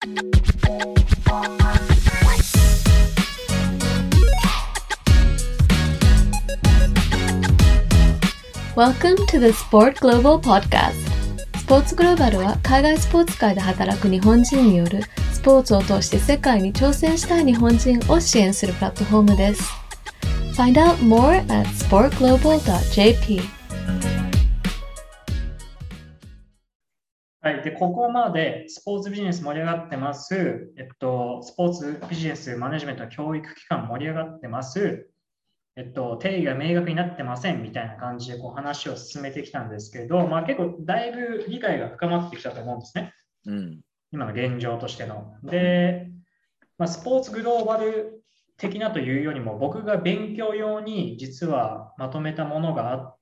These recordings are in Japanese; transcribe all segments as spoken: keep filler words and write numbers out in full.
Welcome to the Sport Global Podcast. スポーツグローバルは海外スポーツ界で働く日本人によるスポーツを通して世界に挑戦したい日本人を支援するプラットフォームです。Find out more atスポーツグローバルドットジェーピー。 はい、でここまでスポーツビジネス盛り上がってます、えっと、スポーツビジネスマネジメント教育機関盛り上がってます、えっと、定義が明確になってませんみたいな感じでこう話を進めてきたんですけど、まあ、結構だいぶ理解が深まってきたと思うんですね、 うん、 今の現状としての。で、まあ、スポーツグローバル的なというよりも僕が勉強用に実はまとめたものがあって、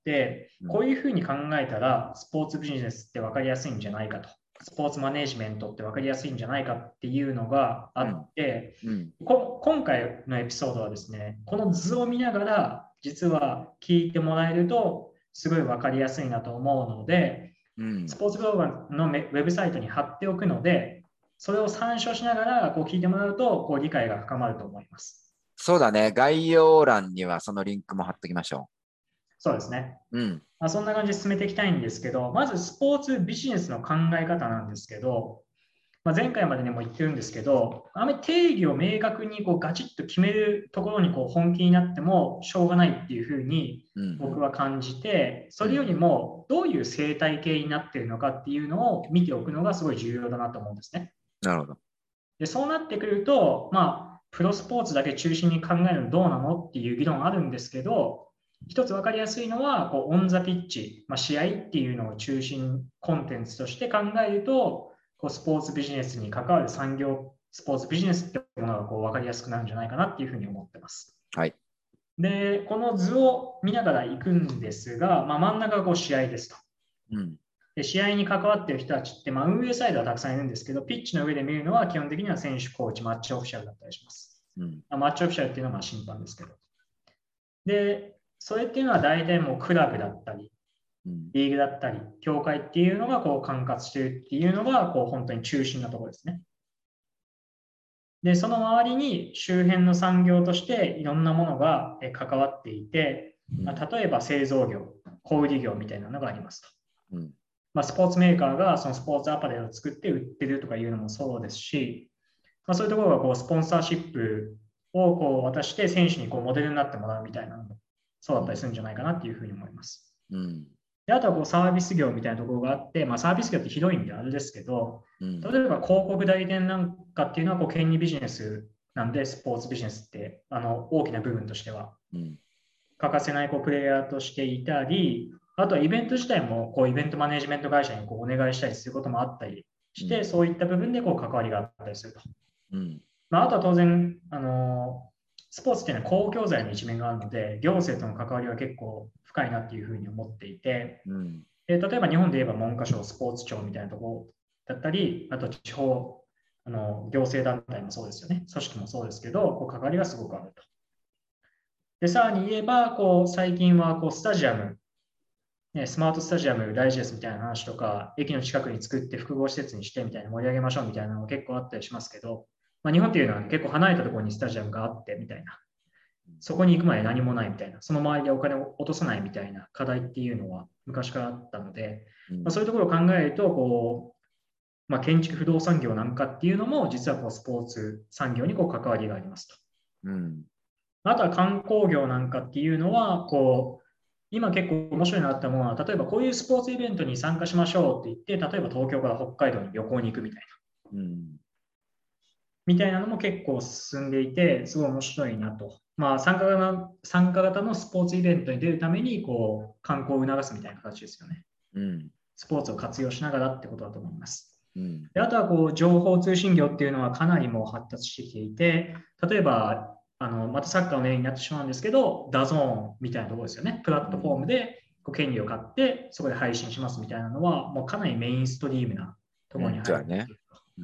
こういうふうに考えたらスポーツビジネスって分かりやすいんじゃないかと、スポーツマネジメントって分かりやすいんじゃないかっていうのがあって、 うんうんこ今回のエピソードはですね、この図を見ながら実は聞いてもらえるとすごい分かりやすいなと思うので、 うん、 スポーツグローバルのウェブサイトに貼っておくので、それを参照しながらこう聞いてもらうとこう理解が深まると思います。 そうだね。概要欄にはそのリンクも貼っておきましょそうですね。 う。うん。 まあ、そんな感じで進めていきたいんですけど、まずスポーツビジネスの考え方なんですけど、まあ、前回までにも言ってるんですけど、あまり定義を明確にこうガチッと決めるところにこう本気になってもしょうがないっていうふうに僕は感じて、それよりもどういう生態系になっているのかっていうのを見ておくのがすごい重要だなと思うんですね。 なるほど。 でそうなってくると、まあ、プロスポーツだけ中心に考えるのどうなのっていう議論あるんですけど、一つ分かりやすいのは、こうオン・ザ・ピッチ、まあ、試合っていうのを中心コンテンツとして考えると、こうスポーツビジネスに関わる産業、スポーツビジネスってものがこう分かりやすくなるんじゃないかなっていうふうに思ってます。 はい。 で、この図を見ながら行くんですが、まあ、真ん中がこう試合ですと。 うんで試合に関わっている人たちって、まあ、運営サイドはたくさんいるんですけど、ピッチの上で見るのは基本的には選手、コーチ、マッチオフィシャルだったりします。 うん、 マッチオフィシャルっていうのはまあ審判ですけど。で、それっていうのは大体もうクラブだったり、リーグだったり、協会っていうのがこう管轄しているっていうのがこう本当に中心なところですね。で、その周りに周辺の産業としていろんなものが関わっていて、まあ、例えば製造業、小売業みたいなのがありますと。 うんまあ、スポーツメーカーがそのスポーツアパレルを作って売ってるとかいうのもそうですし、まあ、そういうところがこうスポンサーシップをこう渡して選手にこうモデルになってもらうみたいなのもそうだったりするんじゃないかなっていうふうに思います。 うん、 であとはこうサービス業みたいなところがあって、まあ、サービス業ってひどいんであれですけど、例えば広告代理店なんかっていうのはこう権利ビジネスなんで、スポーツビジネスってあの大きな部分としては欠かせないこうプレイヤーとしていたり、あとはイベント自体もこうイベントマネジメント会社にこうお願いしたりすることもあったりして、うん、そういった部分でこう関わりがあったりすると。うんまあ、あとは当然、あのスポーツっていうのは公共財の一面があるので、行政との関わりは結構深いなっていうふうに思っていて、うんえー、例えば日本で言えば文科省、スポーツ庁みたいなところだったり、あと地方あの行政団体もそうですよね、組織もそうですけど、こう関わりがすごくあると。でさらに言えば、こう最近はこうスタジアム、ね、スマートスタジアム大事ですみたいな話とか、駅の近くに作って複合施設にしてみたいな盛り上げましょうみたいなのが結構あったりしますけど、まあ、日本っていうのは結構離れたところにスタジアムがあってみたいな、そこに行くまで何もないみたいな、その周りでお金を落とさないみたいな課題っていうのは昔からあったので、まあ、そういうところを考えると、こう、まあ、建築不動産業なんかっていうのも実はこうスポーツ産業にこう関わりがありますと。うんあとは観光業なんかっていうのは、こう、今結構面白いなって思うのは、例えばこういうスポーツイベントに参加しましょうって言って、例えば東京から北海道に旅行に行くみたいな。うん、みたいなのも結構進んでいて、すごい面白いなと。まあ参加型、参加型のスポーツイベントに出るために、こう、観光を促すみたいな形ですよね。うん、スポーツを活用しながらってことだと思います。うん、であとはこう、情報通信業っていうのはかなりもう発達してきていて、例えば、あのまたサッカーの例になってしまうんですけど、ダゾーンみたいなところですよね。プラットフォームでこう権利を買って、そこで配信しますみたいなのは、もうかなりメインストリームなところに入っている、うん、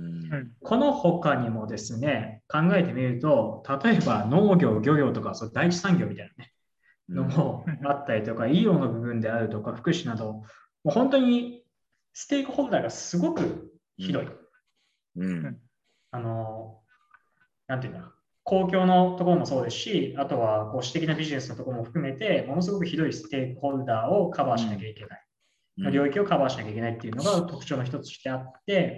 この他にもですね、考えてみると、例えば農業、漁業とか、そう第一産業みたいなね、のもあったりとか、医療の部分であるとか、福祉など、もう本当にステークホルダーがすごく広い。うんうんあの、なんていうんだ、公共のところもそうですし、あとはこう私的なビジネスのところも含めて、ものすごく広いステークホルダーをカバーしなきゃいけない。の領域をカバーしなきゃいけないっていうのが特徴の一つとしてあって、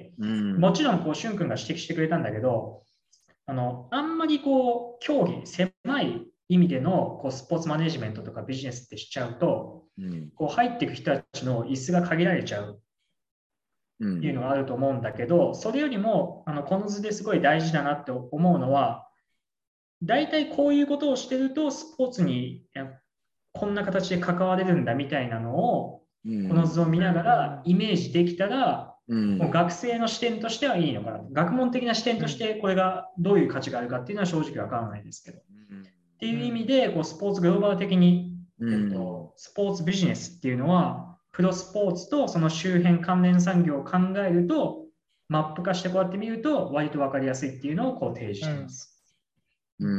うん、 もちろん、こう、しゅん君が指摘してくれたんだけど、あの、あんまりこう、競技、狭い意味でのこうスポーツマネジメントとかビジネスってしちゃうと、 うん、 こう入っていく人たちの椅子が限られちゃうっていうのがあると思うんだけど、それよりも、あの、この図ですごい大事だなって思うのは、大体こういうことをしてると、スポーツにこんな形で関われるんだみたいなのを、この図を見ながらイメージできたら、 うん、 もう学生の視点としてはいいのかな。学問的な視点としてこれがどういう価値があるかっていうのは正直わからないですけど。っていう意味で、こうスポーツグローバル的に、えっと、スポーツビジネスっていうのは、プロスポーツとその周辺関連産業を考えると、マップ化してこうやって見ると、割とわかりやすいっていうのをこう提示しています。 うん、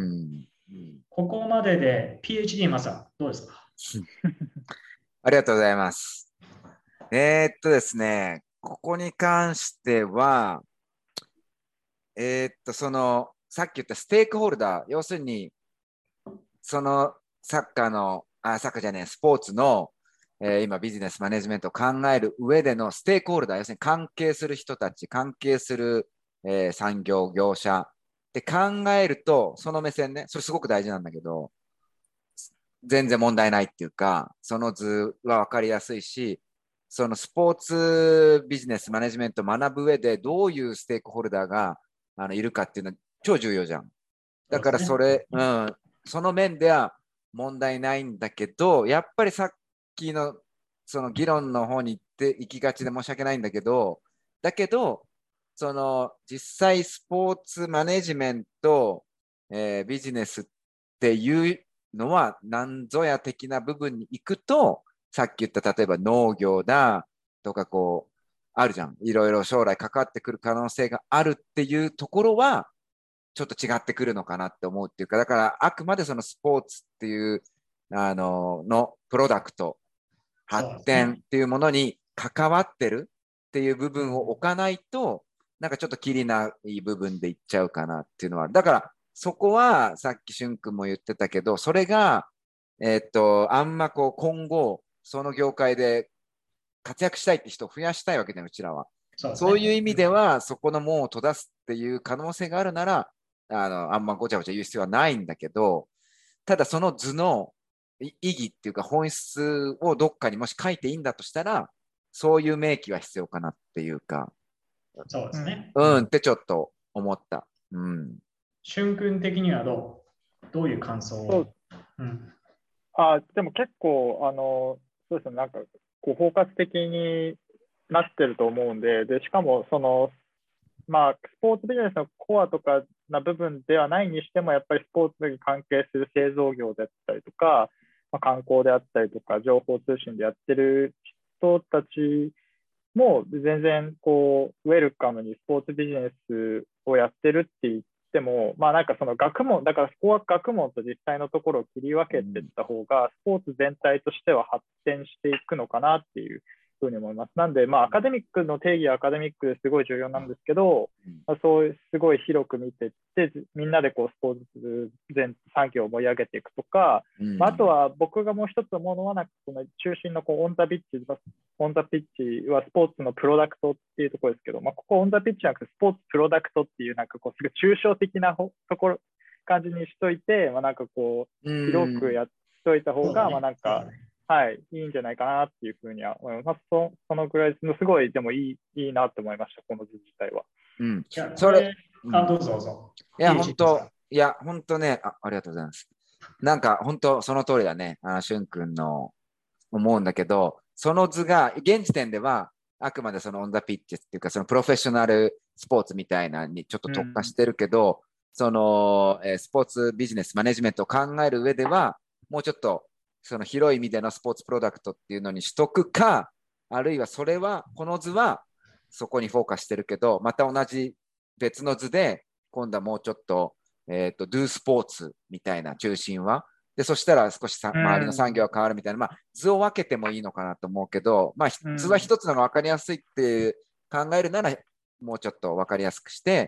ここまでで ピーエイチディー マサ、どうですか？ ありがとうございます。えー、っとですね、ここに関しては、えー、っと、その、さっき言ったステークホルダー、要するに、そのサッカーの、あ、サッカーじゃねえ、スポーツの、えー、今ビジネスマネジメントを考える上でのステークホルダー、要するに関係する人たち、関係する、えー、産業、業者って考えると、その目線ね、それすごく大事なんだけど、全然問題ないっていうか、その図は分かりやすいし、そのスポーツビジネスマネジメントを学ぶ上でどういうステークホルダーがあのいるかっていうのは超重要じゃん。だからそれ、うん、その面では問題ないんだけど、やっぱりさっきのその議論の方に行って行きがちで申し訳ないんだけど、だけど、その実際スポーツマネジメント、えー、ビジネスっていうのは何ぞや的な部分に行くと、さっき言った例えば農業だとかこう、あるじゃん。いろいろ将来関わってくる可能性があるっていうところは、ちょっと違ってくるのかなって思うっていうか、だからあくまでそのスポーツっていう、あの、のプロダクト、発展っていうものに関わってるっていう部分を置かないと、なんかちょっときりない部分でいっちゃうかなっていうのはある。だから、そこはさっきしゅんくんも言ってたけど、それが、えー、っと、あんまこう今後、その業界で活躍したいって人を増やしたいわけだよ、うちらは。そうですね。そういう意味では、そこの門を閉ざすっていう可能性があるなら、あの、あんまごちゃごちゃ言う必要はないんだけど、ただその図の意義っていうか本質をどっかにもし書いていいんだとしたら、そういう明記は必要かなっていうか、 そうですね。 うんってちょっと思った。うん。 しゅんくん的にはどうどういう感想を？ うん、あでも結構、あの、そうですね、なんか、こう包括的になってると思うんで、で、しかも、その、まあ、スポーツビジネスのコアとかな部分ではないにしても、やっぱりスポーツに関係する製造業であったりとか、まあ、観光であったりとか、情報通信でやってる人たちも全然こうウェルカムにスポーツビジネスをやってるって言っても、まあなんかその学問、だからそこは学問と実際のところを切り分けていった方が、スポーツ全体としては発展していくのかなっていうふうに思います。なんで、まあアカデミックの定義はアカデミックですごい重要なんですけど、まあ、そうすごい広く見ていって、みんなでこうスポーツ全産業を盛り上げていくとか、まあ、あとは僕がもう一つ思うのは、なんかその中心のこうオンザピッチ、オンザピッチはスポーツのプロダクトっていうところですけど、まあ、ここオンザピッチじゃなくてスポーツプロダクトっていうなんかこうすごい抽象的なところ感じにしといて、まあ、なんかこう広くやっといた方が、まあなんか、はい、いいんじゃないかなっていうふうには思います。そ, そのぐらいです。すごいでもいい、いいなと思いました、この図自体は。 うん。 それ、あ、どうぞどうぞ。 いや、本当いや、本当ねあ、ありがとうございます。なんか、本当その通りだね。あの、しゅんくんの思うんだけど、その図が、現時点では、あくまでそのオンザピッチっていうか、そのプロフェッショナルスポーツみたいなにちょっと特化してるけど、うん、その、えー、スポーツビジネスマネジメントを考える上では、もうちょっと、その広い意味でのスポーツプロダクトっていうのにしとくか、あるいはそれは、この図はそこにフォーカスしてるけど、また同じ別の図で、今度はもうちょっと、えっと、ドゥスポーツみたいな中心は。で、そしたら少しさ周りの産業が変わるみたいな、まあ、図を分けてもいいのかなと思うけど、まあ、図は一つのが分かりやすいって考えるなら、もうちょっと分かりやすくして、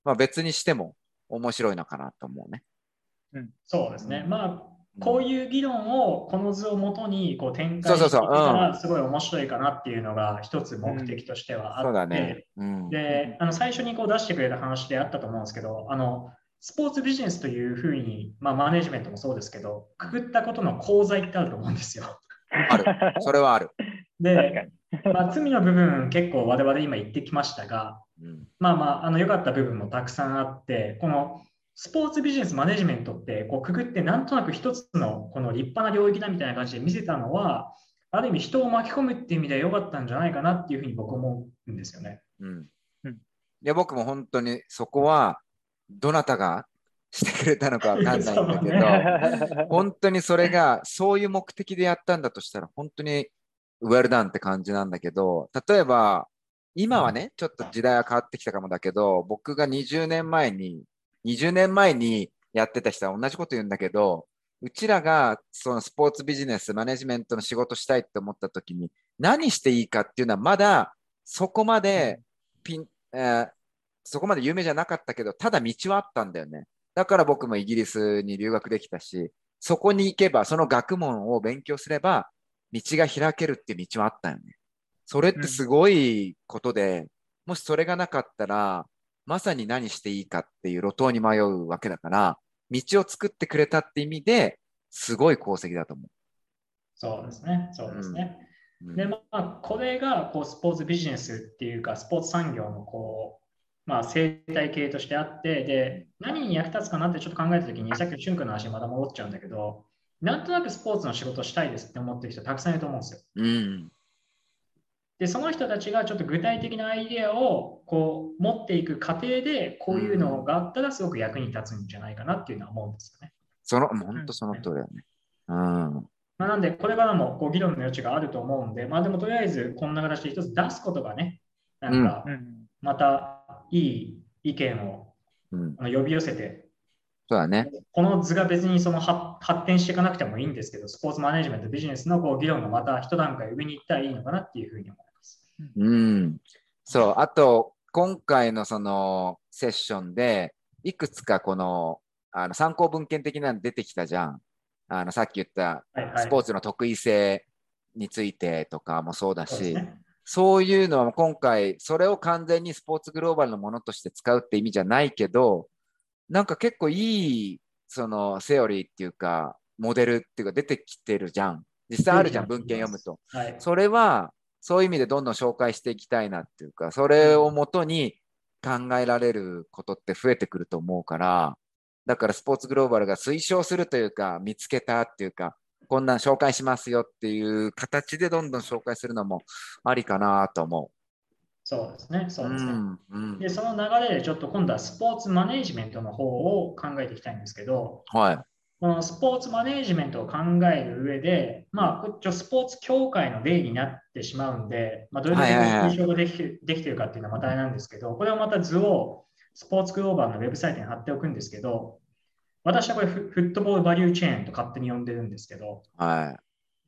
まあ、別にしても面白いのかなと思うね。 うん、そうですね。まあ、こういう議論をこの図をもとにこう展開していけたらすごい面白いかなっていうのが一つ目的としてはあって、で、あの最初にこう出してくれた話であったと思うんですけど、あのスポーツビジネスというふうに、まあ、マネジメントもそうですけど、くくったことの功罪ってあると思うんですよ。 ある。それはある。 で、まあ、罪の部分結構我々今言ってきましたが、うん、まあまあ、あの良かった部分もたくさんあって、このスポーツビジネスマネジメントってこうくくってなんとなく一つのこの立派な領域だみたいな感じで見せたのは、ある意味人を巻き込むっていう意味で良かったんじゃないかなっていうふうに僕思うんですよね。 うんうん、いや僕も本当にそこはどなたがしてくれたのかわかんないんだけど、ね、本当にそれがそういう目的でやったんだとしたら本当にウェルダンって感じなんだけど、例えば今はねちょっと時代は変わってきたかもだけど、僕がにじゅうねんまえににじゅうねんまえにやってた人は同じこと言うんだけど、うちらがそのスポーツビジネスマネジメントの仕事したいって思った時に何していいかっていうのはまだそこまでピン、えー、そこまで有名じゃなかったけど、ただ道はあったんだよね。だから僕もイギリスに留学できたし、そこに行けばその学問を勉強すれば道が開けるっていう道はあったよね。それってすごいことで、うん、もしそれがなかったらまさに何していいかっていう路頭に迷うわけだから、道を作ってくれたって意味ですごい功績だと思う。 そうですね、そうですね。うんうん、で、まあ、これがこうスポーツビジネスっていうか、スポーツ産業のこう、まあ、生態系としてあって、で、何に役立つかなってちょっと考えたときに、さっきのシュン君の話にまた戻っちゃうんだけど、なんとなくスポーツの仕事したいですって思ってる人たくさんいると思うんですよ。 うんで、その人たちがちょっと具体的なアイデアをこう持っていく過程で、こういうのがあったらすごく役に立つんじゃないかなっていうのは思うんですよね。 その、本当その通りだよね。うん。 まあ、なんで、これからもこう議論の余地があると思うんで、まあでもとりあえずこんな形で一つ出すことがね、なんかまたいい意見を呼び寄せて、 そうだね。 この図が別にその発展していかなくてもいいんですけど、スポーツマネジメント、ビジネスのこう議論がまた一段階上に行ったらいいのかなっていうふうに思います。 うん。そう。あと、今回のそのセッションで、いくつかこの、あの参考文献的なの出てきたじゃん。あのさっき言ったスポーツの得意性についてとかもそうだし、はいはい、そういうのは今回、それを完全にスポーツグローバルのものとして使うって意味じゃないけど、なんか結構いいそのセオリーっていうか、モデルっていうか出てきてるじゃん。実際あるじゃん、文献読むと。はい、それは、そういう意味でどんどん紹介していきたいなっていうか、それをもとに考えられることって増えてくると思うから、だからスポーツグローバルが推奨するというか、見つけたっていうか、こんなん紹介しますよっていう形でどんどん紹介するのもありかなと思う。 そうですね、そうですね。うんうん、で、その流れでちょっと今度はスポーツマネジメントの方を考えていきたいんですけど、 はい、 このスポーツマネジメントを考える上で、まあ、スポーツ協会の例になってしまうんで、まあ、どれだけ推奨ができて、できているかっていうのはまたあれなんですけど、これはまた図をスポーツグローバルのウェブサイトに貼っておくんですけど、私はこれフットボールバリューチェーンと勝手に呼んでるんですけど、 はい、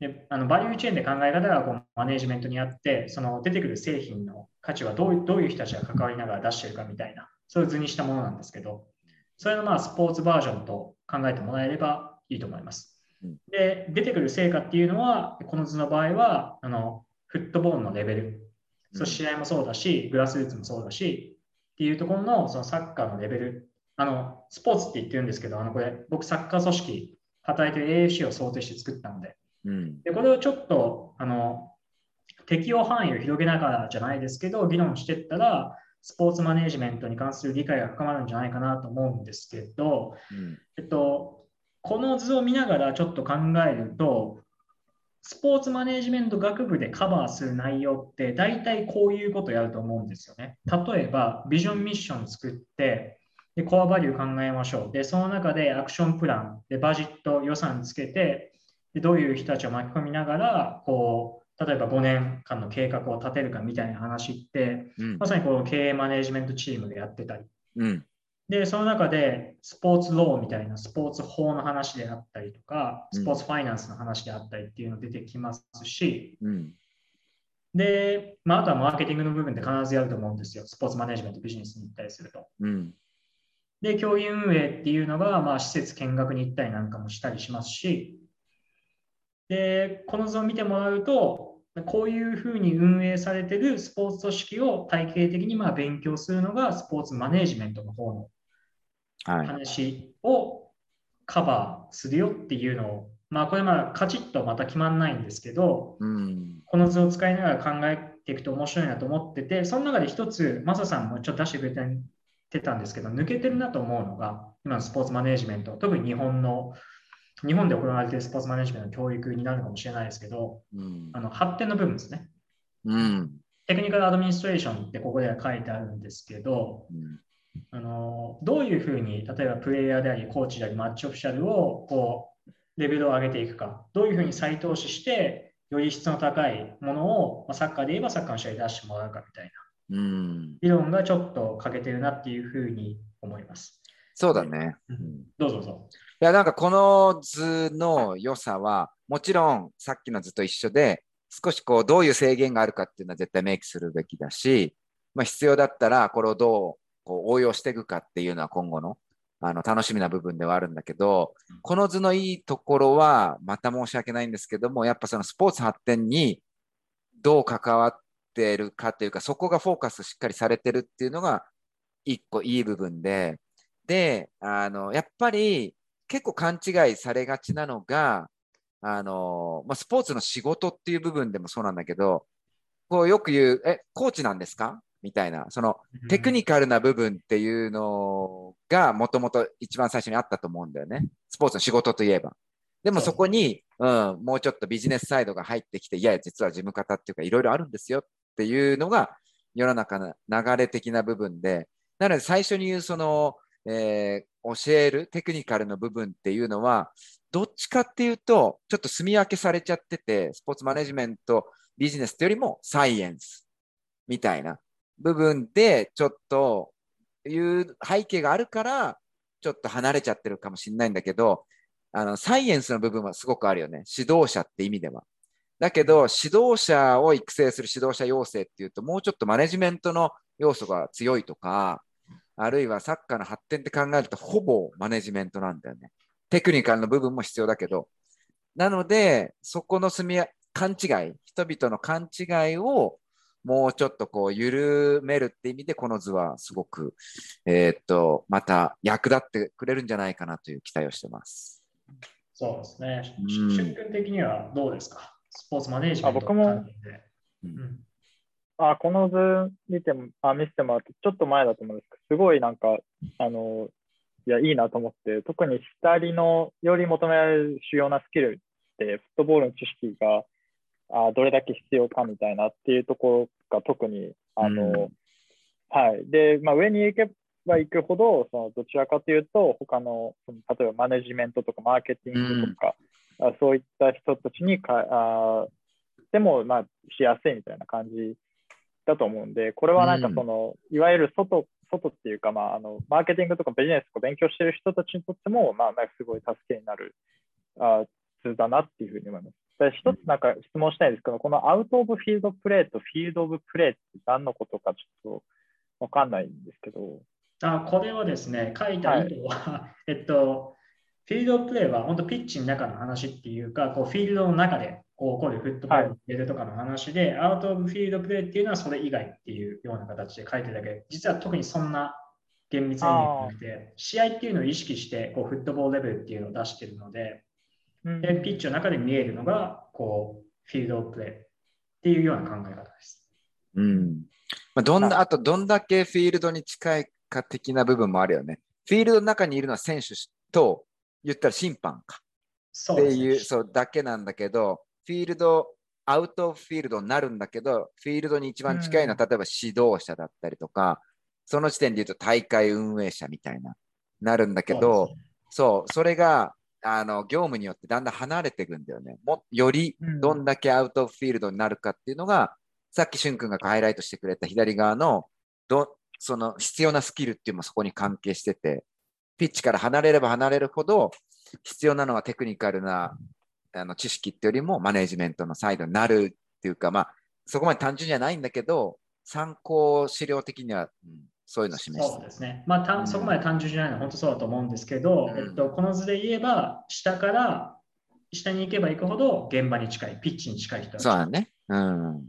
であのバリューチェーンで考え方がこうマネジメントにあって、その出てくる製品の価値はどういうどういう人たちが関わりながら出しているかみたいな、そういう図にしたものなんですけど、それのまあスポーツバージョンと考えてもらえればいいと思います。で、出てくる成果っていうのは、この図の場合は、あのフットボールのレベル、そう試合もそうだし、グラスルーツもそうだし、っていうところのそのサッカーのレベル、あのスポーツって言ってるんですけど、あのこれ僕サッカー組織、働いてる エーエフシー を想定して作ったので、 うん、 でこれをちょっとあの適用範囲を広げながらじゃないですけど、議論していったら、スポーツマネジメントに関する理解が深まるんじゃないかなと思うんですけど、 うん、 えっと、この図を見ながらちょっと考えると、スポーツマネジメント学部でカバーする内容って大体こういうことをやると思うんですよね。例えば、ビジョンミッション作って、でコアバリュー考えましょう。で、その中でアクションプラン、でバジェット予算つけて、でどういう人たちを巻き込みながら、こう、例えばごねんかんの計画を立てるかみたいな話って、 うん、 まさにこの経営マネジメントチームでやってたり。 うんで、その中でスポーツローみたいなスポーツ法の話であったりとか、スポーツファイナンスの話であったりっていうの出てきますし、 うん、 で、まあ、あとはマーケティングの部分で必ずやると思うんですよ。スポーツマネジメントビジネスに行ったりすると。 うん、 で、競技運営っていうのが、まあ、施設見学に行ったりなんかもしたりしますし、で、この図を見てもらうと、こういうふうに運営されているスポーツ組織を体系的にまあ勉強するのがスポーツマネージメントの方の話をカバーするよっていうのを、まあこれまあカチッとまた決まんないんですけど、 うん、 この図を使いながら考えていくと面白いなと思ってて、その中で一つ、マサさんもちょっと出してくれてたんですけど、抜けてるなと思うのが、今のスポーツマネージメント、特に日本の日本で行われているスポーツマネジメントの教育になるかもしれないですけど、うん、あの発展の部分ですね、 うん。 テクニカルアドミニストレーションってここでは書いてあるんですけど、うん、あのどういうふうに例えばプレイヤーでありコーチでありマッチオフィシャルをこうレベルを上げていくか、どういうふうに再投資してより質の高いものを、まあ、サッカーで言えばサッカーの試合で出してもらうかみたいな、うん、理論がちょっと欠けてるなっていうふうに思います。 そうだね。 うん、どうぞどうぞ。 いや、なんかこの図の良さは、もちろんさっきの図と一緒で、少しこうどういう制限があるかっていうのは絶対明記するべきだし、まあ、必要だったらこれをどうこう応用していくかっていうのは今後のあの楽しみな部分ではあるんだけど、この図のいいところは、また申し訳ないんですけども、やっぱそのスポーツ発展にどう関わっているかというか、そこがフォーカスしっかりされてるっていうのが一個いい部分で、で、あの、やっぱり結構勘違いされがちなのが、あの、まあ、スポーツの仕事っていう部分でもそうなんだけど、こうよく言う、え、コーチなんですかみたいな、そのテクニカルな部分っていうのがもともと一番最初にあったと思うんだよね。スポーツの仕事といえば。でもそこに、うん、もうちょっとビジネスサイドが入ってきて、いや、実は事務方っていうかいろいろあるんですよっていうのが世の中の流れ的な部分で、なので最初に言うその、えー、教えるテクニカルの部分っていうのは、どっちかっていうと、ちょっと住み分けされちゃってて、スポーツマネジメント、ビジネスってよりもサイエンスみたいな部分で、ちょっという背景があるから、ちょっと離れちゃってるかもしれないんだけど、あの、サイエンスの部分はすごくあるよね。指導者って意味では。だけど、指導者を育成する指導者養成っていうと、もうちょっとマネジメントの要素が強いとか、あるいはサッカーの発展って考えると、ほぼマネジメントなんだよね。テクニカルの部分も必要だけど。なので、そこの住み勘違い、人々の勘違いをもうちょっとこう緩めるって意味で、この図はすごく、えー、っと、また役立ってくれるんじゃないかなという期待をしてます。 そうですね。しゅんくん的にはどうですか？スポーツマネージメントの関係で。うん、あこの図見てもあ見せてもらって、ちょっと前だと思うんですけど、すごいなんか、あの、いや、いいなと思って、特に下りのより求められる主要なスキルって、フットボールの知識があどれだけ必要かみたいなっていうところが特に、あの、うん、はい。で、まあ、上に行けば行くほど、そのどちらかというと、他の、その例えばマネジメントとかマーケティングとか、うん、あそういった人たちにかあでも、まあ、しやすいみたいな感じだと思うんで、これはなんかその、うん、いわゆる外、外っていうか、まあ、あのマーケティングとかビジネスを勉強している人たちにとっても、まあ、すごい助けになるあ図だなっていうふうに思います。で一つなんか質問したいんですけど、このアウト・オブ・フィールド・プレーとフィールド・オブ・プレーって何のことかちょっとわかんないんですけど。 あこれはですね、書いた意図は、はい、えっと、フィールド・オブ・プレーは本当ピッチの中の話っていうか、こうフィールドの中でこう起こるフットボールのプレーとかの話で、はい、アウト・オブ・フィールド・プレーっていうのはそれ以外っていうような形で書いてるだけで、実は特にそんな厳密な意味がなくて、試合っていうのを意識してこうフットボールレベルっていうのを出してるので、でピッチの中で見えるのがこうフィールドプレーっていうような考え方です。 うんまあ、どんなあとどんだけフィールドに近いか的な部分もあるよね。フィールドの中にいるのは選手と言ったら審判かっていう、そうだけなんだけど、フィールドアウトフィールドになるんだけど、フィールドに一番近いのは、例えば指導者だったりとか、その時点で言うと大会運営者みたいななるんだけど、そう、それがあの業務によってだんだん離れていくんだよね。もよりどんだけアウトフィールドになるかっていうのが、うん、さっきしゅんくんがハイライトしてくれた左側のどその必要なスキルっていうのもそこに関係してて、ピッチから離れれば離れるほど必要なのはテクニカルなあの知識ってよりもマネジメントのサイドになるっていうか、まあそこまで単純じゃないんだけど、参考資料的には、うん、 そういうのを示してそうですね。まあ、たうんそこまで単純じゃないのは本当そうだと思うんですけど、 うんえっと、この図で言えば、下から下に行けば行くほど現場に近い、ピッチに近い人たち。 そうだね。うん。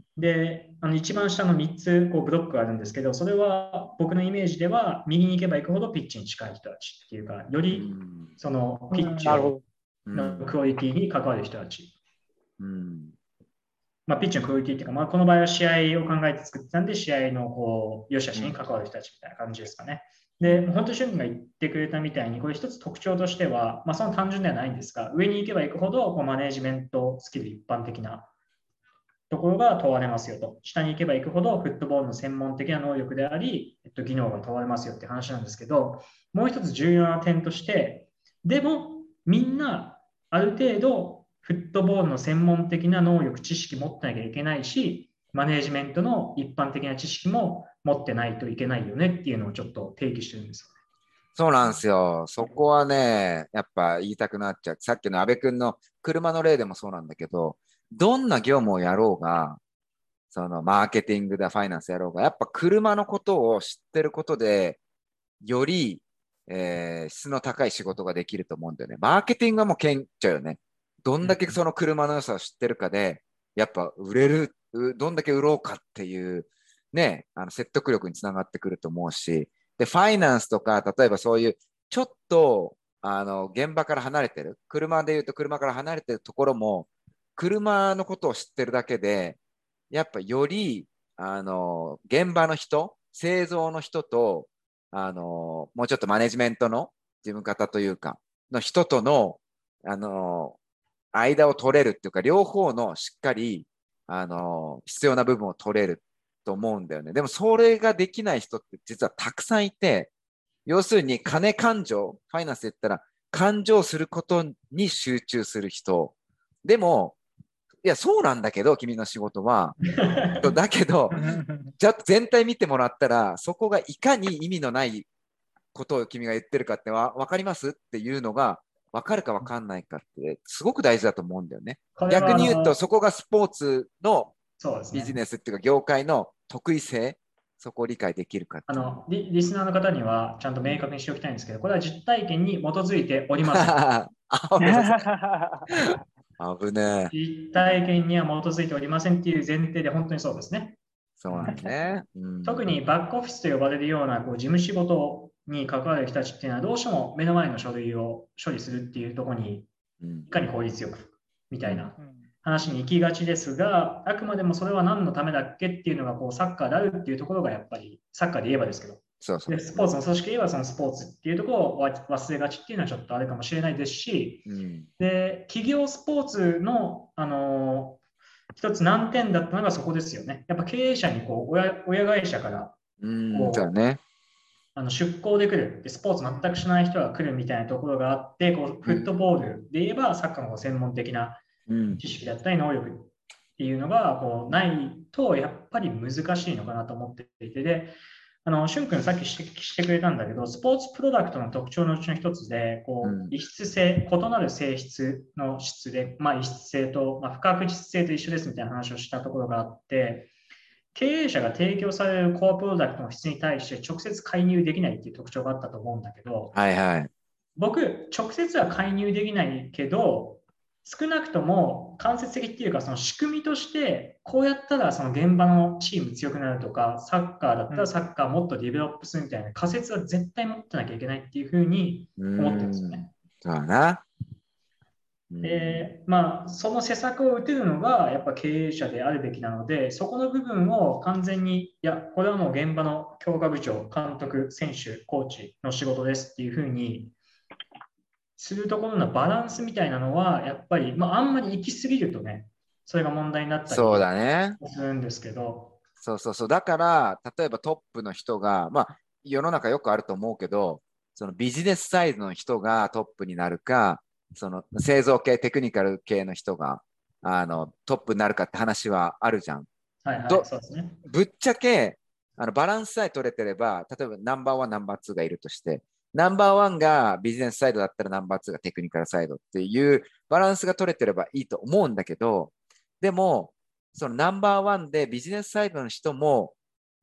で、あの一番下のみっつこうブロックがあるんですけど、それは僕のイメージでは、右に行けば行くほどピッチに近い人たちっていうか、ようりん。 そのうんピッチなるほのクオリティに関わる人たち。 うん。 まあ、ピッチのクオリティっていうか、まあ、この場合は試合を考えて作ってたんで、試合のこう良し悪しに関わる人たちみたいな感じですかね。で、本当に俊君が言ってくれたみたいに、これ一つ特徴としては、まあ、その単純ではないんですが、上に行けば行くほどこうマネージメントスキル一般的なところが問われますよと。下に行けば行くほどフットボールの専門的な能力であり、えっと、技能が問われますよって話なんですけど、もう一つ重要な点として、でもみんなある程度フットボールの専門的な能力、知識持ってなきゃいけないし、マネージメントの一般的な知識も持ってないといけないよねっていうのをちょっと定義してるんですよね。 そうなんですよ。そこはね、やっぱ言いたくなっちゃう。さっきの安倍君の車の例でもそうなんだけど、どんな業務をやろうが、そのマーケティングだ、ファイナンスやろうが、やっぱ車のことを知ってることで、より、えー質の高い仕事ができると思うんだよね。マーケティングはもう顕著よね。どんだけその車の良さを知ってるかで、やっぱ売れる、うどんだけ売ろうかっていう、ね、あの説得力につながってくると思うし、で、ファイナンスとか、例えばそういう、ちょっと、あの、現場から離れてる、車で言うと車から離れてるところも、車のことを知ってるだけで、やっぱより、あの、現場の人、製造の人と、あの、もうちょっとマネジメントの事務方というか、の人との、あの、間を取れるっていうか、両方のしっかり、あの、必要な部分を取れると思うんだよね。でも、それができない人って実はたくさんいて、要するに金感情、ファイナンスで言ったら、感情することに集中する人。でも、いや、そうなんだけど、君の仕事は。だけど、じゃあ全体見てもらったら、そこがいかに意味のないことを君が言ってるかってわ分かりますっていうのが、分かるか分かんないかって、すごく大事だと思うんだよね。逆に言うと、そこがスポーツのビジネスっていうか、業界の得意性、そこを理解できるかってあのリ。リスナーの方にはちゃんと明確にしておきたいんですけど、これは実体験に基づいておりません。 危ねえ。 実体験には基づいておりませんっていう前提で本当にそうですね。 そうなんですね。 うん、特にバックオフィスと呼ばれるようなこう事務仕事に関わる人たちっていうのはどうしても目の前の書類を処理するっていうところにいかに効率よくみたいな話に行きがちですが、あくまでもそれは何のためだっけっていうのがこうサッカーであるっていうところがやっぱりサッカーで言えばですけど、 そうそうでスポーツの組織で言えばそのスポーツっていうところを忘れがちっていうのはちょっとあるかもしれないですし、 うん、 で企業スポーツの、あのー一つ難点だったのがそこですよね。やっぱ経営者にこう 親, 親会社からこう、 うんそうね、 あの出向で来るで、スポーツ全くしない人が来るみたいなところがあって、こうフットボールで言えばサッカーの専門的な知識だったり能力っていうのがこうないとやっぱり難しいのかなと思っていて、で、あの、しゅんくんさっき指摘してくれたんだけど、スポーツプロダクトの特徴のうちの一つで、こう、異質性、異なる性質の質で、まあ、異質性と、まあ、不確実性と一緒ですみたいな話をしたところがあって、経営者が提供されるコアプロダクトの質に対して直接介入できないっていう特徴があったと思うんだけど、 はいはい、 僕、直接は介入できないけど、少なくとも間接的っていうかその仕組みとしてこうやったらその現場のチーム強くなるとかサッカーだったらサッカーもっとディベロップするみたいな仮説は絶対持ってなきゃいけないっていうふうに思ってるんですよね。 そうだな。 で、まあその施策を打てるのがやっぱ経営者であるべきなので、そこの部分を完全にいやこれはもう現場の強化部長、監督、選手、コーチの仕事ですっていうふうにするところのバランスみたいなのは、やっぱり、まあ、あんまり行き過ぎるとね、それが問題になったりそうだね。 するんですけど。 そうそうそう。だから、例えばトップの人が、まあ、世の中よくあると思うけど、そのビジネスサイズの人がトップになるか、その製造系、テクニカル系の人があのトップになるかって話はあるじゃん。 はいはい、そうですね。 ぶっちゃけ、あのバランスさえ取れてれば、例えばナンバーワン、ナンバーツーがいるとして、ナンバーワンがビジネスサイドだったらナンバーツーがテクニカルサイドっていうバランスが取れてればいいと思うんだけど、でも、そのナンバーワンでビジネスサイドの人も、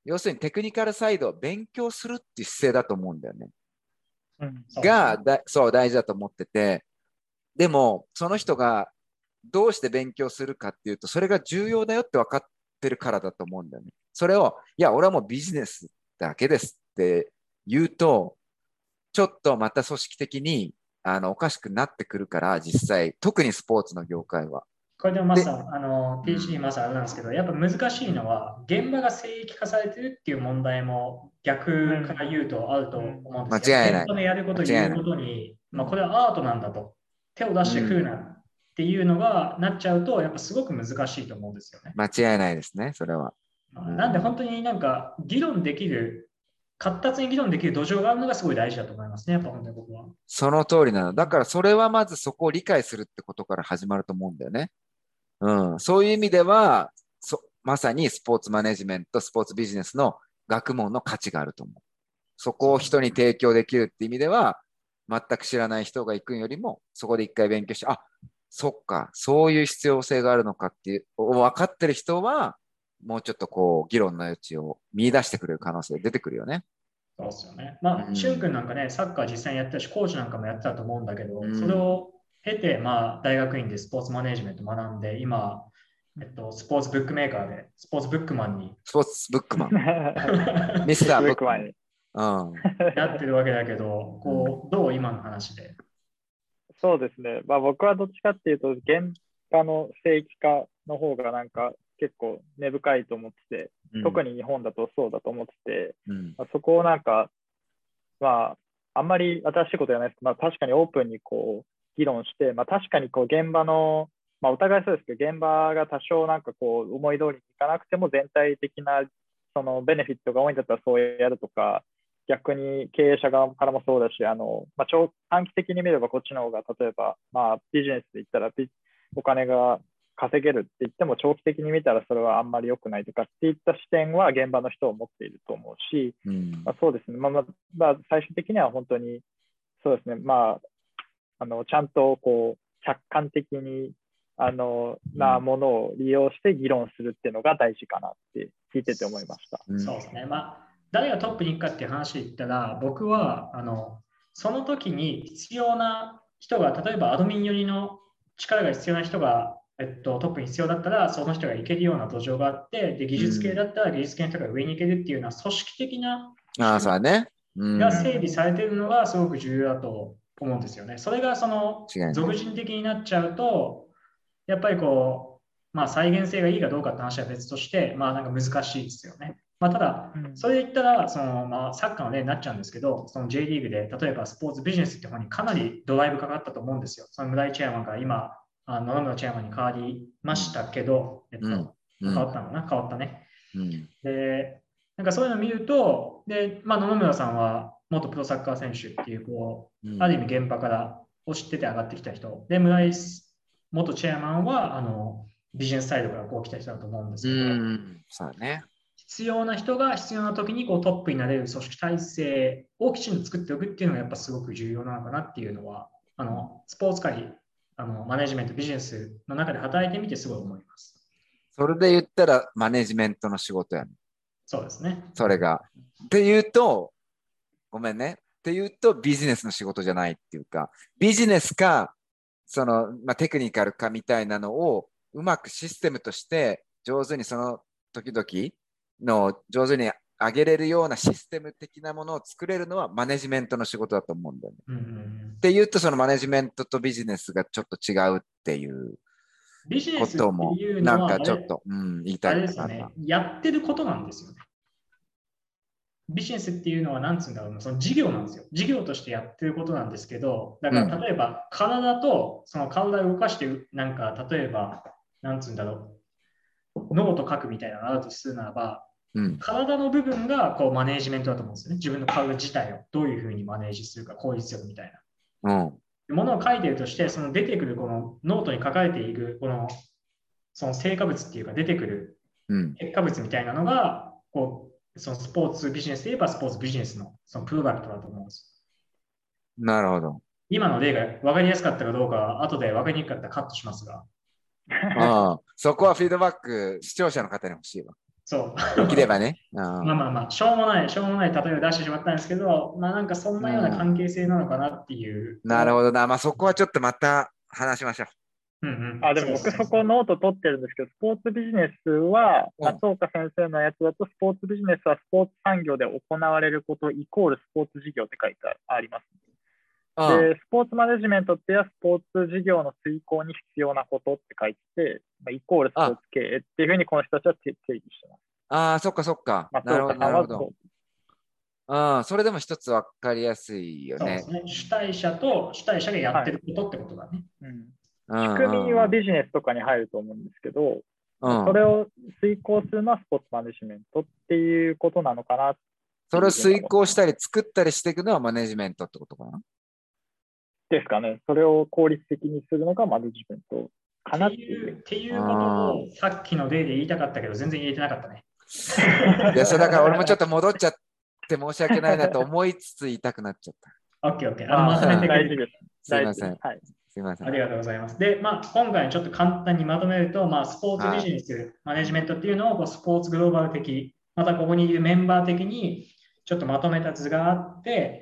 要するにテクニカルサイドを勉強するっていう姿勢だと思うんだよね。 うん、 がだそう大事だと思ってて、でもその人がどうして勉強するかっていうと、それが重要だよって分かってるからだと思うんだよね。それをいや俺はもうビジネスだけですって言うと、ちょっとまた組織的にあのおかしくなってくるから、実際特にスポーツの業界は。 これでもまさあの ティーシー まさあれなんですけど、やっぱ難しいのは現場が聖域化されてるっていう問題も逆から言うとあると思うんですよ。 間違いない。 現場でやること言うことに、まあ、これはアートなんだと手を出して食うなっていうのがなっちゃうと、やっぱすごく難しいと思うんですよね。 間違いないですね、それは。 なんで本当になんか議論できる、活発に議論できる土壌があるのがすごい大事だと思いますね、やっぱ本当に僕は。 その通りなの。だからそれはまずそこを理解するってことから始まると思うんだよね。うん、そういう意味ではそ、まさにスポーツマネジメント、スポーツビジネスの学問の価値があると思う。そこを人に提供できるって意味では、全く知らない人が行くよりも、そこで一回勉強して、あ、そっか、そういう必要性があるのかっていう、分かってる人は、もうちょっとこう、議論の余地を見出してくれる可能性出てくるよね。 そうですよね。まあ、しゅん君なんかね、サッカー実際にやってたし、コーチなんかもやってたと思うんだけど、 うん、 それを経て、まあ、大学院でスポーツマネジメント学んで、今、えっと、スポーツブックメーカーで、スポーツブックマンに。 スポーツブックマン。ミスターブックマンに。 うん、やってるわけだけど、こう、どう今の話で。 そうですね。まあ、僕はどっちかっていうと、現場の聖域化の方がなんか結構根深いと思ってて、うん、特に日本だとそうだと思ってて、うんまあ、そこをなんか、まあ、あんまり新しいことじゃないですけど、まあ、確かにオープンにこう議論して、まあ、確かにこう現場の、まあ、お互いそうですけど、現場が多少なんかこう思い通りにいかなくても、全体的なそのベネフィットが多いんだったらそうやるとか、逆に経営者側からもそうだし、あのまあ、長短期的に見ればこっちの方が、例えば、まあ、ビジネスで言ったらお金が稼げるって言っても、長期的に見たらそれはあんまり良くないとかっていった視点は現場の人を持っていると思うし、うんまあ、そうですね、まあまあ、最終的には本当にそうですね、まあ、あのちゃんとこう客観的にあのなものを利用して議論するっていうのが大事かなって聞いてて思いました。 うん、そうですね、まあ誰がトップに行くかっていう話で言ったら、僕はあのその時に必要な人が、例えばアドミン寄りの力が必要な人が、えっと、トップに必要だったら、その人が行けるような土壌があって、で技術系だったら技術系の人が上に行けるっていうような組織的なが整備されているのがすごく重要だと思うんですよね。それがその俗人的になっちゃうと、やっぱりこう、まあ、再現性がいいかどうかって話は別として、まあなんか難しいですよね。まあ、ただ、それで言ったら、そのまあ、サッカーの例になっちゃうんですけど、その J リーグで、例えばスポーツビジネスって方にかなりドライブかかったと思うんですよ。その村井チェアマンが今、あの野々村チェアマンに変わりましたけど、えっと、うん変わったのかな、変わったね。うん、で、なんかそういうのを見ると、で、まあ、野々村さんは元プロサッカー選手っていう、こう、うん、ある意味現場からを知ってて上がってきた人。で、村井元チェアマンは、あの、ビジネスサイドからこう来た人だと思うんですけど、うん、 そうね。 必要な人が必要な時にこうトップになれる組織体制をきちんと作っておくっていうのがやっぱすごく重要なのかなっていうのは、あのスポーツ界、あのマネジメント、ビジネスの中で働いてみてすごい思います。 それで言ったらマネジメントの仕事やね。 そうですね。 それが。っていうと、ごめんね。っていうとビジネスの仕事じゃないっていうか、ビジネスか、その、まあ、テクニカルかみたいなのをうまくシステムとして上手にその時々の上手に上げれるようなシステム的なものを作れるのはマネジメントの仕事だと思うんだよね。うんうんうん、っていうとそのマネジメントとビジネスがちょっと違うっていうこともなんかちょっと、うん、言いたいですよね。やってることなんですよね。ビジネスっていうのは何つうんだろうな、その事業なんですよ。事業としてやってることなんですけど、だから例えば体とその体を動かしてなんか例えば何つうんだろう、ノート書くみたいなのがあるとするならば、うん、体の部分がこうマネージメントだと思うんですよね。自分の体自体をどういうふうにマネージするか、効率よくみたいな。うん、ものを書いているとして、その出てくるこのノートに書かれているこのその成果物っていうか出てくる結果物みたいなのが、こうそのスポーツビジネスで言えばスポーツビジネスのそのプロダクトだと思うんですよ。なるほど。 今の例が分かりやすかったかどうか、後で分かりにくかったらカットしますが。 ああ、そこはフィードバック、視聴者の方に欲しいわ。 そう。 できればね。 まあまあまあ、しょうもない、しょうもない例えを出してしまったんですけど、まあなんかそんなような関係性なのかなっていう。 うん、なるほどな。まあそこはちょっとまた話しましょう。 うんうん、 あでも僕そこノート取ってるんですけど、スポーツビジネスは、 うん、 松岡先生のやつだと、スポーツビジネスはスポーツ産業で行われることイコールスポーツ事業って書いてあります。 うん、 で、スポーツマネジメントっていうのはスポーツ事業の遂行に必要なことって書いてて、まあ、イコールスポーツ経営っていうふうにこの人たちは定義してます。 ああ、そっかそっか。なるほど、なるほど。ああ、それでも一つ分かりやすいよね。 そうですね。主体者と主体者がやってることってことだね。 はい、うん仕組みはビジネスとかに入ると思うんですけど、うん、それを遂行するのはスポーツマネジメントっていうことなのかな。 それを遂行したり作ったりしていくのはマネジメントってことかなですかね。それを効率的にするのがマネジメントかなっていう。 っていうことをさっきの例で言いたかったけど、全然言えてなかったね。 いや、それだから俺もちょっと戻っちゃって申し訳ないなと思いつつ言いたくなっちゃった。 オッケーオッケー。あの、まとめてくれる。 すいません。 はいすみません。 ありがとうございます。で、まあ、今回ちょっと簡単にまとめると、まあ、スポーツビジネス、はい、マネジメントっていうのをこうスポーツグローバル的、またここにいるメンバー的にちょっとまとめた図があって、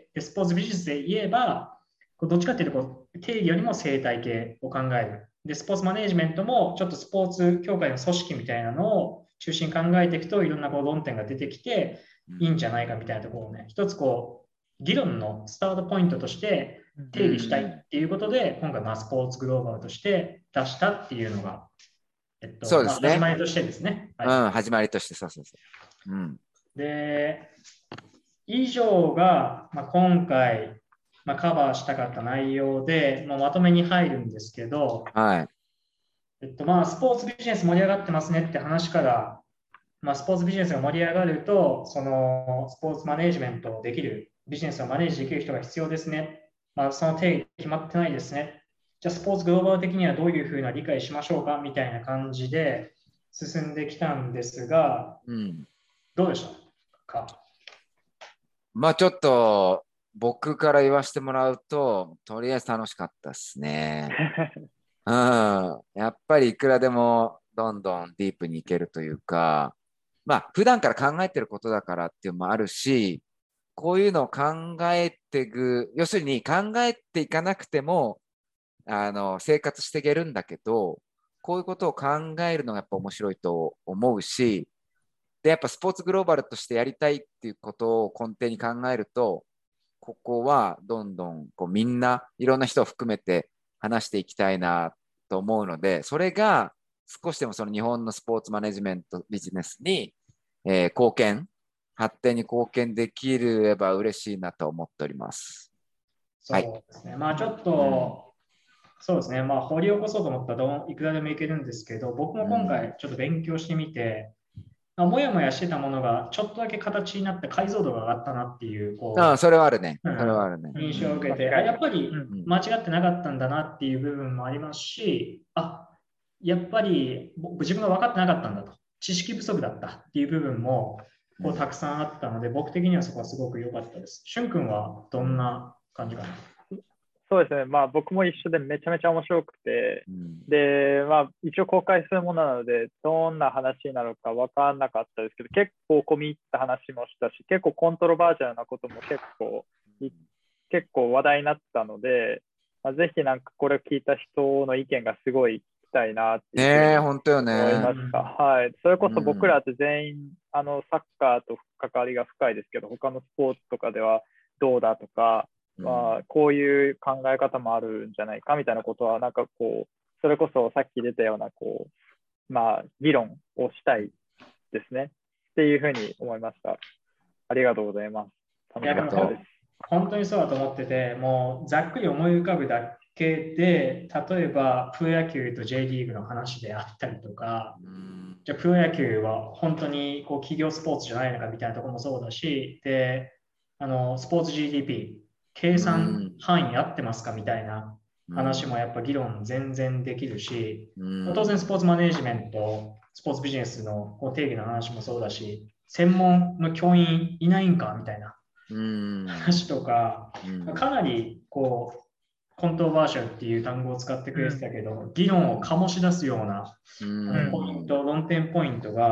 でスポーツビジネスで言えば、こうどっちかっていうとこう定義よりも生態系を考える。で、スポーツマネジメントもちょっとスポーツ協会の組織みたいなのを中心に考えていくと、いろんなこう論点が出てきていいんじゃないかみたいなところをね、一つこう、議論のスタートポイントとして定義したいっていうことで、今回まあスポーツグローバルとして出したっていうのが、えっと、 そうですね。 まあ、始まりとしてですね。 はい、うん、始まりとして、そうそうそう。うん、 で、以上が、まあ、今回、まあ、カバーしたかった内容で、まあ、まとめに入るんですけど、 はいえっとまあ、スポーツビジネス盛り上がってますねって話から、まあ、スポーツビジネスが盛り上がると、そのスポーツマネジメントをできる、ビジネスをマネージできる人が必要ですね。まあ、その定義決まってないですね。じゃあ、スポーツグローバル的にはどういうふうな理解しましょうかみたいな感じで進んできたんですが、 うん、 どうでしたか？ まあ、ちょっと僕から言わせてもらうと、とりあえず楽しかったですね。うん、やっぱりいくらでもどんどんディープにいけるというか、まあ、普段から考えてることだからっていうのもあるし、こういうのを考えていく、要するに考えていかなくてもあの生活していけるんだけど、こういうことを考えるのがやっぱ面白いと思うし、でやっぱスポーツグローバルとしてやりたいっていうことを根底に考えると、ここはどんどんこうみんないろんな人を含めて話していきたいなと思うので、それが少しでもその日本のスポーツマネジメントビジネスに、えー、貢献発展に貢献できれば嬉しいなと思っております。 そうですね。はい、まあちょっと、うん、そうですね。まあ掘り起こそうと思ったらいくらでもいけるんですけど、僕も今回ちょっと勉強してみて、うん、もやもやしてたものがちょっとだけ形になって解像度が上がったなっていう、こう、 ああ、それはあるね。それはあるね。 印象を受けて、うん、あやっぱり間違ってなかったんだなっていう部分もありますし、あやっぱり自分が分かってなかったんだと、知識不足だったっていう部分もこうたくさんあったので、僕的にはそこはすごく良かったです。しゅん君はどんな感じかな？ そうですね、まあ、僕も一緒でめちゃめちゃ面白くて、うん、で、まあ、一応公開するものなので、どんな話になるか分からなかったですけど、結構込み入った話もしたし、結構コントロバージャルなことも結構、結構話題になったので、まあ、ぜひなんかこれを聞いた人の意見がすごい聞きたいなっていうふうに思いました。はい。それこそ僕らって全員、あのサッカーと関わりが深いですけど、他のスポーツとかではどうだとか、まあ、こういう考え方もあるんじゃないかみたいなことは、なんかこう、それこそさっき出たような、こう、まあ、議論をしたいですね。っていうふうに思いました。ありがとうございます。楽しかったです。 本当にそうだと思ってて、もうざっくり思い浮かぶだけで、例えばプロ野球と J リーグの話であったりとか、じゃあプロ野球は本当にこう企業スポーツじゃないのかみたいなところもそうだし、で、あのスポーツ ジーディーピー、計算範囲合ってますかみたいな話もやっぱ議論全然できるし、当然スポーツマネージメント、スポーツビジネスの定義の話もそうだし、専門の教員いないんかみたいな話とか、かなりこうコントロバーシャルっていう単語を使ってくれてたけど、議論を醸し出すようなポイント、論点ポイントが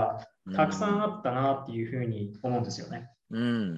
たくさんあったなっていうふうに思うんですよね。 うん。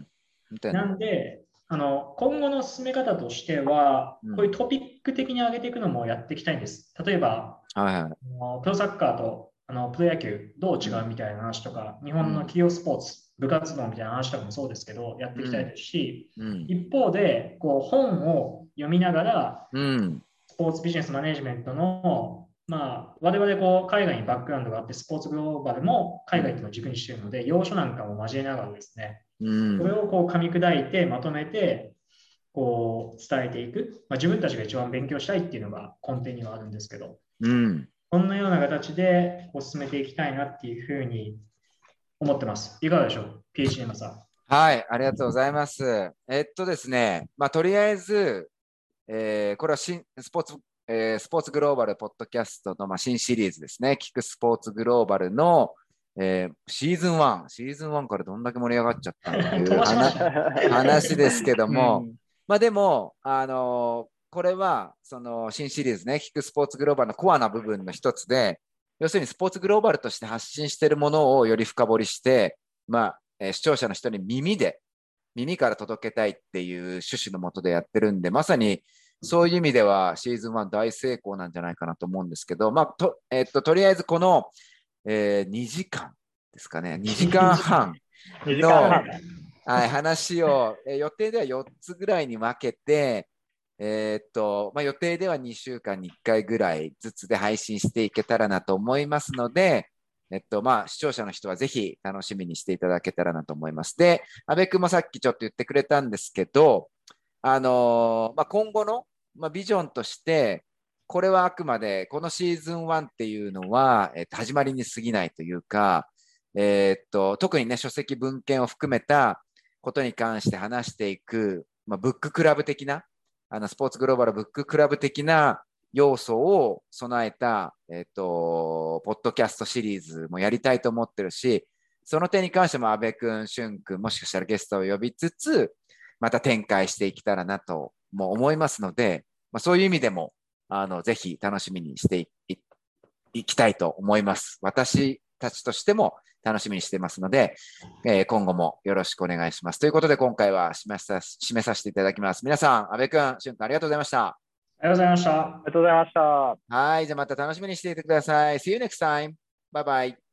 なんで、あの今後の進め方としては、こういうトピック的に上げていくのもやっていきたいんです。例えば、 はいはい、 プロサッカーとあのプロ野球どう違うみたいな話とか、日本の企業スポーツ、部活動みたいな話とかもそうですけど、やっていきたいですし、 うん、 一方でこう本を読みながら、 うん、 スポーツビジネスマネジメントの、まあ、我々こう海外にバックグラウンドがあって、スポーツグローバルも海外というのを軸にしているので、要所なんかも交えながらですね、 うん、 これをこう噛み砕いてまとめて、こう伝えていく、まあ、自分たちが一番勉強したいっていうのが根底にはあるんですけど、 うん、 こんなような形でこう進めていきたいなっていうふうに思ってます。いかがでしょう、ピーエイチエム さん。 はい、ありがとうございます。えっとですね、まあ、とりあえず、えー、これは新スポーツ、えー、スポーツグローバルポッドキャストの、まあ、新シリーズですね。聞くスポーツグローバルの、えー、シーズンワン、シーズンワンからどんだけ盛り上がっちゃったのっていう話話ですけども、うん、まあでも、あのー、これはその新シリーズね、聞くスポーツグローバルのコアな部分の一つで、要するにスポーツグローバルとして発信しているものをより深掘りして、まあ、えー、視聴者の人に耳で、耳から届けたいっていう趣旨のもとでやってるんで、まさにそういう意味ではシーズンワン大成功なんじゃないかなと思うんですけど、まあ、と、えー、っと、とりあえずこの、えー、にじかんですかね、にじかんはんのはい、話を、えー、予定ではよっつぐらいに分けて、えー、っと、まあ、予定ではにしゅうかんにいっかいぐらいずつで配信していけたらなと思いますので、えっと、まあ、視聴者の人はぜひ楽しみにしていただけたらなと思います。で、阿部君もさっきちょっと言ってくれたんですけど、あのーまあ、今後の、まあ、ビジョンとして、これはあくまで、このシーズンワンっていうのは、えっと、始まりに過ぎないというか、えー、っと、特にね、書籍文献を含めたことに関して話していく、まあ、ブッククラブ的な、あの、スポーツグローバルブッククラブ的な要素を備えた、えっと、ポッドキャストシリーズもやりたいと思ってるし、その点に関しても阿部君、俊君、もしかしたらゲストを呼びつつ、また展開していけたらなとも思いますので、まあ、そういう意味でも、あの、ぜひ楽しみにしてい、い、いきたいと思います。私たちとしても楽しみにしていますので、えー、今後もよろしくお願いします。ということで、今回は締めさ、締めさせていただきます。皆さん、阿部君、俊君、ありがとうございました。 ありがとうございました。 ありがとうございました。 はい、じゃあまた楽しみにしていてください。See you next time. Bye bye.